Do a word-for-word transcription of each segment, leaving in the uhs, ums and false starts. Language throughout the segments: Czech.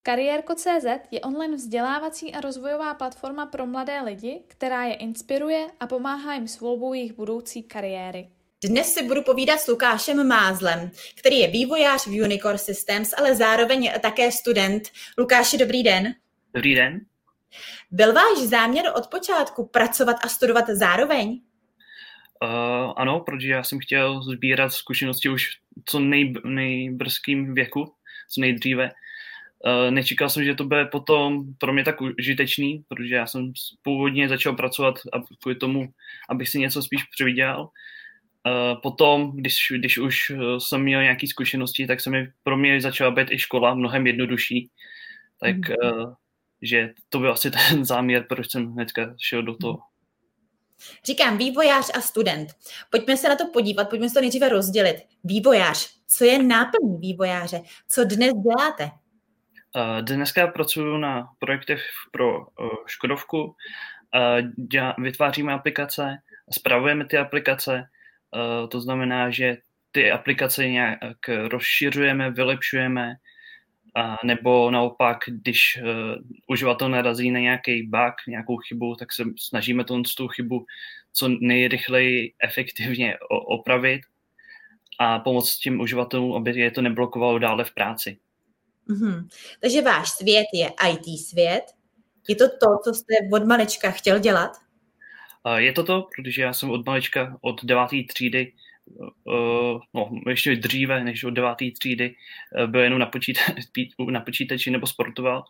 Kariérko tečka cé zet je online vzdělávací a rozvojová platforma pro mladé lidi, která je inspiruje a pomáhá jim s volbou jejich budoucí kariéry. Dnes si budu povídat s Lukášem Mázlem, který je vývojář v Unicore Systems, ale zároveň také student. Lukáši, dobrý den. Dobrý den. Byl váš záměr od počátku pracovat a studovat zároveň? Uh, ano, protože já jsem chtěl sbírat zkušenosti už co nej, nejbrzkým věku, co nejdříve. Uh, nečekal jsem, že to bude potom pro mě tak užitečný, protože já jsem původně začal pracovat a kvůli tomu, abych si něco spíš přivydělal. Uh, potom, když, když už jsem měl nějaké zkušenosti, tak se mi pro mě začala být i škola mnohem jednodušší. Tak, mm. uh, že to byl asi ten záměr, proč jsem hnedka šel do toho. Říkám vývojář a student. Pojďme se na to podívat, pojďme se to nejdříve rozdělit. Vývojář, co je náplní vývojáře? Co dnes děláte? Dneska pracuji na projektech pro Škodovku, vytváříme aplikace, spravujeme ty aplikace, to znamená, že ty aplikace nějak rozšiřujeme, vylepšujeme, a nebo naopak, když uh, uživatel narazí na nějaký bug, nějakou chybu, tak se snažíme tu, tu chybu co nejrychleji efektivně opravit a pomoct těm uživatelům, aby je to neblokovalo dále v práci. Mm-hmm. Takže váš svět je í té svět. Je to to, co jste od malička chtěl dělat? Uh, je to to, protože já jsem od malička, od deváté třídy, Uh, no, ještě dříve než od deváté třídy uh, byl jenom na, počíta- na počítači nebo sportoval.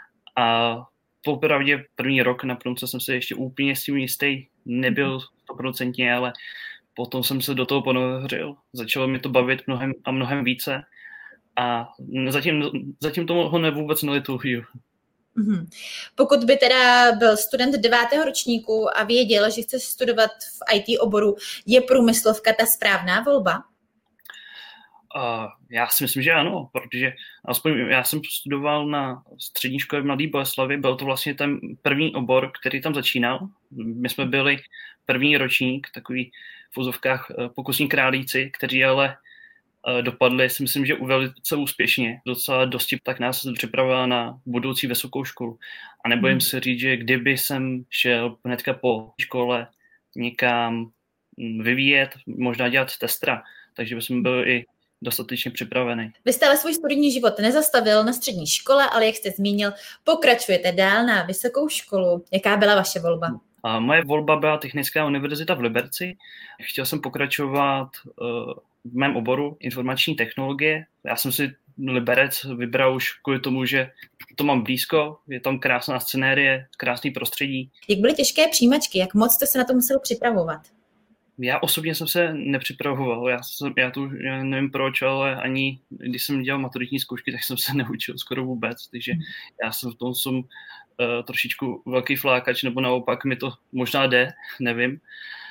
A popravdě první rok na průmce jsem se ještě úplně s tím jistý nebyl stoprocentně, ale potom jsem se do toho ponořil. Začalo mi to bavit mnohem a mnohem více a zatím, zatím toho ne, vůbec nelituju. Mm-hmm. Pokud by teda byl student devátého ročníku a věděl, že chce studovat v í té oboru, je průmyslovka ta správná volba? Uh, já si myslím, že ano, protože aspoň já jsem studoval na střední škole v Mladé Boleslavi, byl to vlastně ten první obor, který tam začínal. My jsme byli první ročník, takový v úzovkách pokusní králíci, kteří ale dopadli, si myslím, že velice úspěšně. Docela dosti tak nás připravila na budoucí vysokou školu. A nebojím hmm. se říct, že kdyby jsem šel hnedka po škole někam vyvíjet, možná dělat testra, takže by jsem byl i dostatečně připravený. Vy jste ale svůj studijní život nezastavil na střední škole, ale jak jste zmínil, pokračujete dál na vysokou školu. Jaká byla vaše volba? A moje volba byla Technická univerzita v Liberci. Chtěl jsem pokračovat uh, v mém oboru informační technologie. Já jsem si Liberec vybral už kvůli tomu, že to mám blízko, je tam krásná scenérie, krásný prostředí. Jak byly těžké přijímačky? Jak moc jste se na to musel připravovat? Já osobně jsem se nepřipravoval. Já, jsem, já tu já nevím proč, ale ani když jsem dělal maturitní zkoušky, tak jsem se neučil skoro vůbec. Takže já jsem v tom jsem uh, trošičku velký flákač, nebo naopak mi to možná jde, nevím.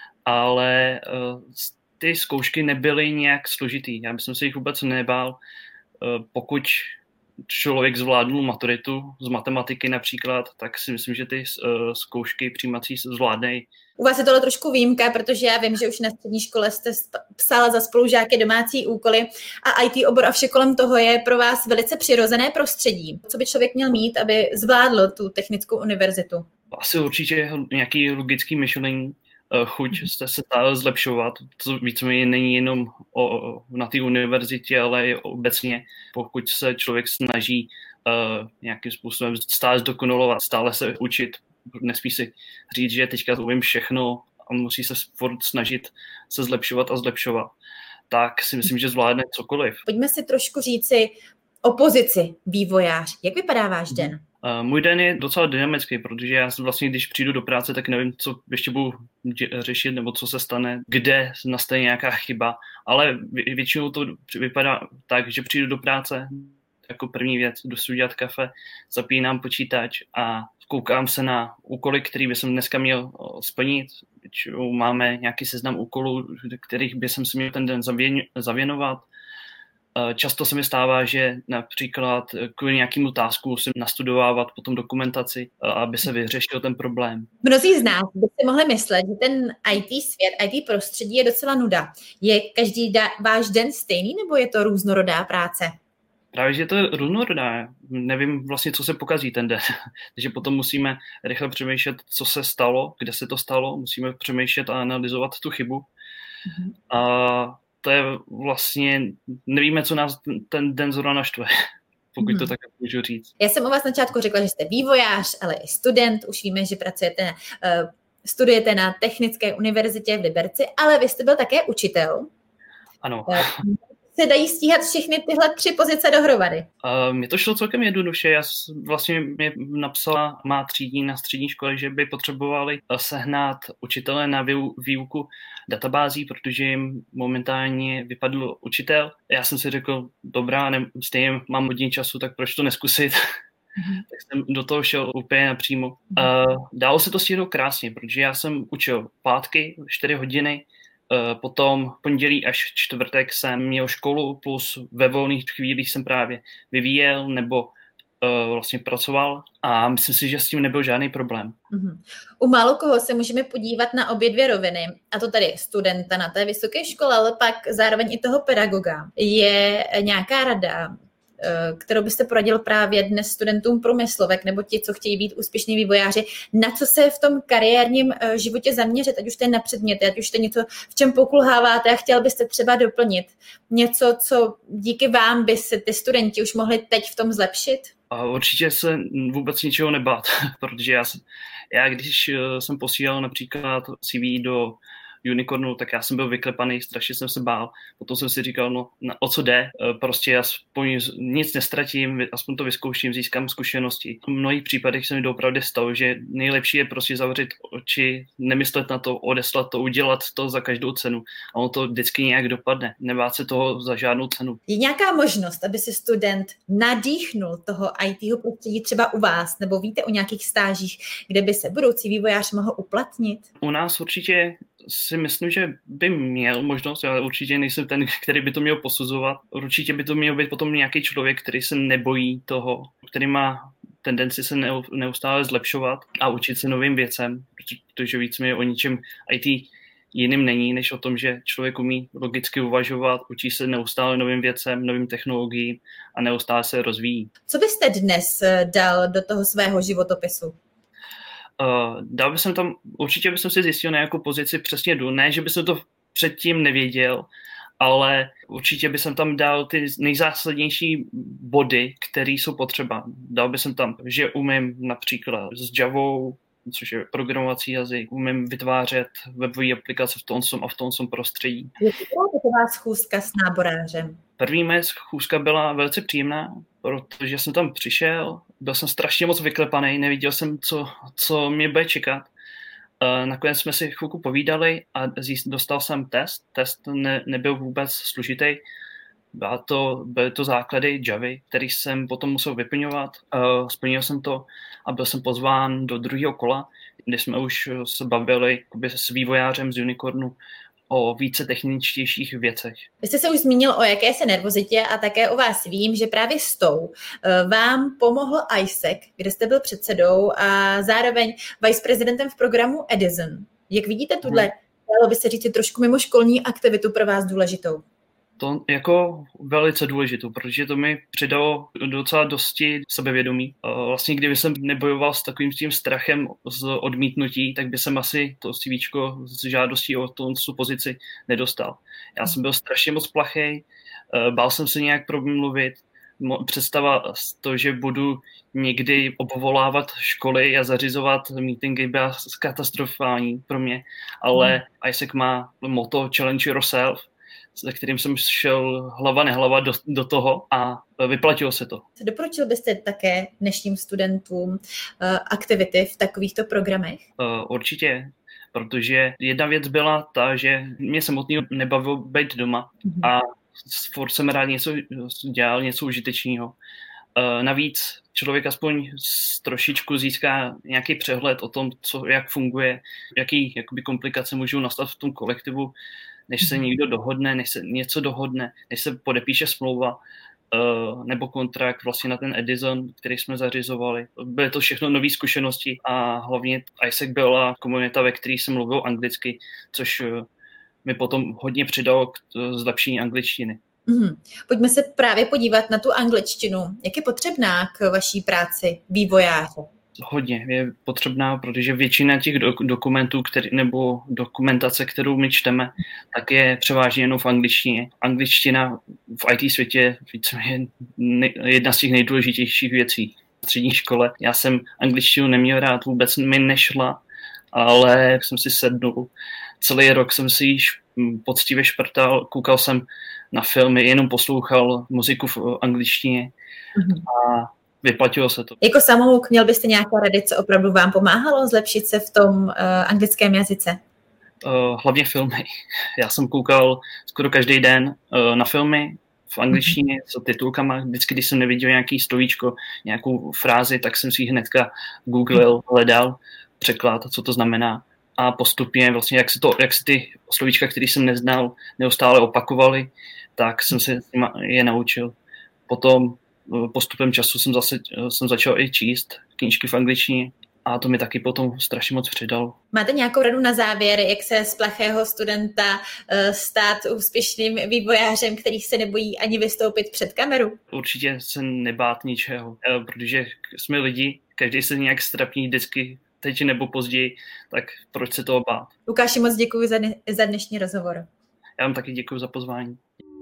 Ale uh, ty zkoušky nebyly nějak složitý. Já bych se jich vůbec nebál. Uh, pokud člověk zvládnul maturitu z matematiky například, tak si myslím, že ty uh, zkoušky přijímací zvládnej. U vás je tohle trošku výjimka, protože já vím, že už na střední škole jste psala za spolužáky domácí úkoly a í té obor a vše kolem toho je pro vás velice přirozené prostředí. Co by člověk měl mít, aby zvládl tu technickou univerzitu? Asi určitě nějaký logický myšlení, chuť jste se stále zlepšovat. To víceméně není jenom o, na té univerzitě, ale i obecně. Pokud se člověk snaží uh, nějakým způsobem stále zdokonalovat, stále se učit, nesmí si říct, že teďka to umím všechno a musí se furt snažit se zlepšovat a zlepšovat, tak si myslím, že zvládne cokoliv. Pojďme si trošku říci o pozici vývojář. Jak vypadá váš den? Uh, můj den je docela dynamický, protože já vlastně, když přijdu do práce, tak nevím, co ještě budu řešit, nebo co se stane, kde nastane nějaká chyba, ale většinou to vypadá tak, že přijdu do práce, jako první věc, jdu si udělat kafe, zapínám počítač a koukám se na úkoly, který bych dneska měl splnit. Máme nějaký seznam úkolů, kterých bych si měl ten den zavěnovat. Často se mi stává, že například kvůli nějakému tasku musím nastudovávat potom dokumentaci, aby se vyřešil ten problém. Mnozí z nás by si mohli myslet, že ten í té svět, í té prostředí je docela nuda. Je každý da- váš den stejný, nebo je to různorodá práce? Právě, že to je různorodá. Nevím vlastně, co se pokazí ten den. Takže potom musíme rychle přemýšlet, co se stalo, kde se to stalo. Musíme přemýšlet a analyzovat tu chybu. Mm-hmm. A to je vlastně, nevíme, co nás ten den zrovna naštve, pokud mm-hmm. to tak můžu říct. Já jsem o vás na začátku řekla, že jste vývojář, ale i student. Už víme, že pracujete na, uh, studujete na Technické univerzitě v Liberci, ale vy jste byl také učitel. Ano. Uh, se dají stíhat všechny tyhle tři pozice dohromady? Uh, mně to šlo celkem jednoduše. Já vlastně mě napsala má třídní na střední škole, že by potřebovali sehnat učitele na výuku databází, protože jim momentálně vypadl učitel. Já jsem si řekl, dobrá, ne, stejně mám hodně času, tak proč to neskusit? Mm-hmm. Tak jsem do toho šel úplně napřímo. Mm-hmm. Uh, dalo se to stihnout krásně, protože já jsem učil pátky, čtyři hodiny, Uh, potom pondělí až čtvrtek jsem měl školu, plus ve volných chvílích jsem právě vyvíjel nebo uh, vlastně pracoval a myslím si, že s tím nebyl žádný problém. Uh-huh. U málo koho se můžeme podívat na obě dvě roviny, a to tady studenta na té vysoké škole, ale pak zároveň i toho pedagoga. Je nějaká rada, kterou byste poradil právě dnes studentům průmyslovek nebo ti, co chtějí být úspěšní vývojáři, na co se v tom kariérním životě zaměřit, ať už to je na předměty, ať už to je něco, v čem pokulháváte a chtěl byste třeba doplnit něco, co díky vám by se ty studenti už mohli teď v tom zlepšit? A určitě se vůbec ničeho nebát, protože já, já když jsem posílal například C V do Unicornu, tak já jsem byl vyklepaný, strašně jsem se bál. Potom jsem si říkal, no o co jde, prostě aspoň nic nestratím, aspoň to vyzkouším, získám zkušenosti. V mnohých případech se mi doopravdy stalo, že nejlepší je prostě zavřít oči, nemyslet na to, odeslat to, udělat to za každou cenu. A ono to vždycky nějak dopadne, nebát se toho za žádnou cenu. Je nějaká možnost, aby si student nadýchnul toho í tého prostředí třeba u vás, nebo víte o nějakých stážích, kde by se budoucí vývojář mohl uplatnit? U nás určitě si myslím, že by měl možnost, ale určitě nejsem ten, který by to měl posuzovat. Určitě by to měl být potom nějaký člověk, který se nebojí toho, který má tendenci se neustále zlepšovat a učit se novým věcem, protože víc mi o ničem í té jiným není, než o tom, že člověk umí logicky uvažovat, učí se neustále novým věcem, novým technologiím a neustále se rozvíjí. Co byste dnes dal do toho svého životopisu? Uh, dal bych jsem tam, určitě bych si zjistil, na jakou pozici přesně jdu. Ne, že bych to předtím nevěděl, ale určitě bych tam dal ty nejzásadnější body, které jsou potřeba. Dal bych tam, že umím například s Javou, což je programovací jazyk, umím vytvářet webové aplikace v tom a v tom prostředí. Je to taková schůzka s náborářem? První mé schůzka byla velice příjemná, protože jsem tam přišel, byl jsem strašně moc vyklepaný, neviděl jsem, co, co mě bude čekat. Nakonec jsme si chvilku povídali a dostal jsem test. Test ne, nebyl vůbec složitý. Byla to, byly to základy Javy, který jsem potom musel vyplňovat. Splnil jsem to a byl jsem pozván do druhého kola, kde jsme už se bavili s vývojářem z Unicornu o více techničtějších věcech. Vy jste se už zmínil o jakési nervozitě a také o vás vím, že právě s tou vám pomohl I S E C, kde jste byl předsedou a zároveň viceprezidentem v programu Edison. Jak vidíte tuhle, dalo by se říct, trošku mimoškolní aktivitu pro vás důležitou? To jako velice důležitou, protože to mi přidalo docela dosti sebevědomí. Vlastně kdyby jsem nebojoval s takovým tím strachem z odmítnutí, tak by jsem asi to CVčko s žádostí o tu pozici nedostal. Já jsem byl strašně moc plachej, bál jsem se nějak promluvit, představa to, že budu někdy obvolávat školy a zařizovat meetingy, byla katastrofální pro mě, ale hmm. I S E C má motto Challenge Yourself, se kterým jsem šel hlava nehlava do, do toho a vyplatilo se to. Doporučil byste také dnešním studentům uh, aktivity v takovýchto programech? Uh, určitě, protože jedna věc byla ta, že mě samotný nebavilo být doma mm-hmm. a furt jsem rád něco dělal, něco užitečného. Uh, navíc člověk aspoň trošičku získá nějaký přehled o tom, co, jak funguje, jaký jakoby komplikace můžou nastat v tom kolektivu, než se někdo dohodne, než se něco dohodne, než se podepíše smlouva uh, nebo kontrakt vlastně na ten Edison, který jsme zařizovali. Byly to všechno nové zkušenosti a hlavně I S E C byla komunita, ve které jsem mluvil anglicky, což uh, mi potom hodně přidalo k zlepšení angličtiny. Mm. Pojďme se právě podívat na tu angličtinu. Jak je potřebná k vaší práci vývojáře? Hodně je potřebná, protože většina těch do, dokumentů který, nebo dokumentace, kterou my čteme, tak je převážně jenom v angličtině. Angličtina v í té světě je jedna z těch nejdůležitějších věcí. V střední škole já jsem angličtinu neměl rád, vůbec mi nešla, ale jsem si sednul. Celý rok jsem si již poctivě šprtal, koukal jsem na filmy, jenom poslouchal muziku v angličtině a vyplatilo se to. Jako samouk měl byste nějaké rady, co opravdu vám pomáhalo zlepšit se v tom uh, anglickém jazyce? Uh, hlavně filmy. Já jsem koukal skoro každý den uh, na filmy v angličtině s titulkama. Vždycky, když jsem neviděl nějaký slovíčko, nějakou frázi, tak jsem si ji hnedka googlil, hledal překlad, co to znamená. A postupně, vlastně, jak se, to, jak se ty slovíčka, které jsem neznal, neustále opakovaly, tak jsem se je naučil. Potom postupem času jsem zase jsem začal i číst knížky v angličtině a to mi taky potom strašně moc přidalo. Máte nějakou radu na závěr, jak se z plachého studenta stát úspěšným vývojářem, který se nebojí ani vystoupit před kameru? Určitě se nebát ničeho, protože jsme lidi, každý se nějak strapní vždycky, teď nebo později, tak proč se toho bát? Lukáši, moc děkuji za, dne- za dnešní rozhovor. Já vám taky děkuji za pozvání.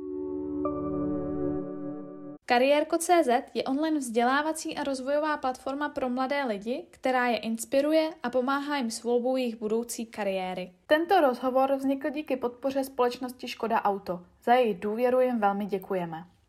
Kariérko tečka cé zet je online vzdělávací a rozvojová platforma pro mladé lidi, která je inspiruje a pomáhá jim s volbou jejich budoucí kariéry. Tento rozhovor vznikl díky podpoře společnosti Škoda Auto. Za její důvěru jim velmi děkujeme.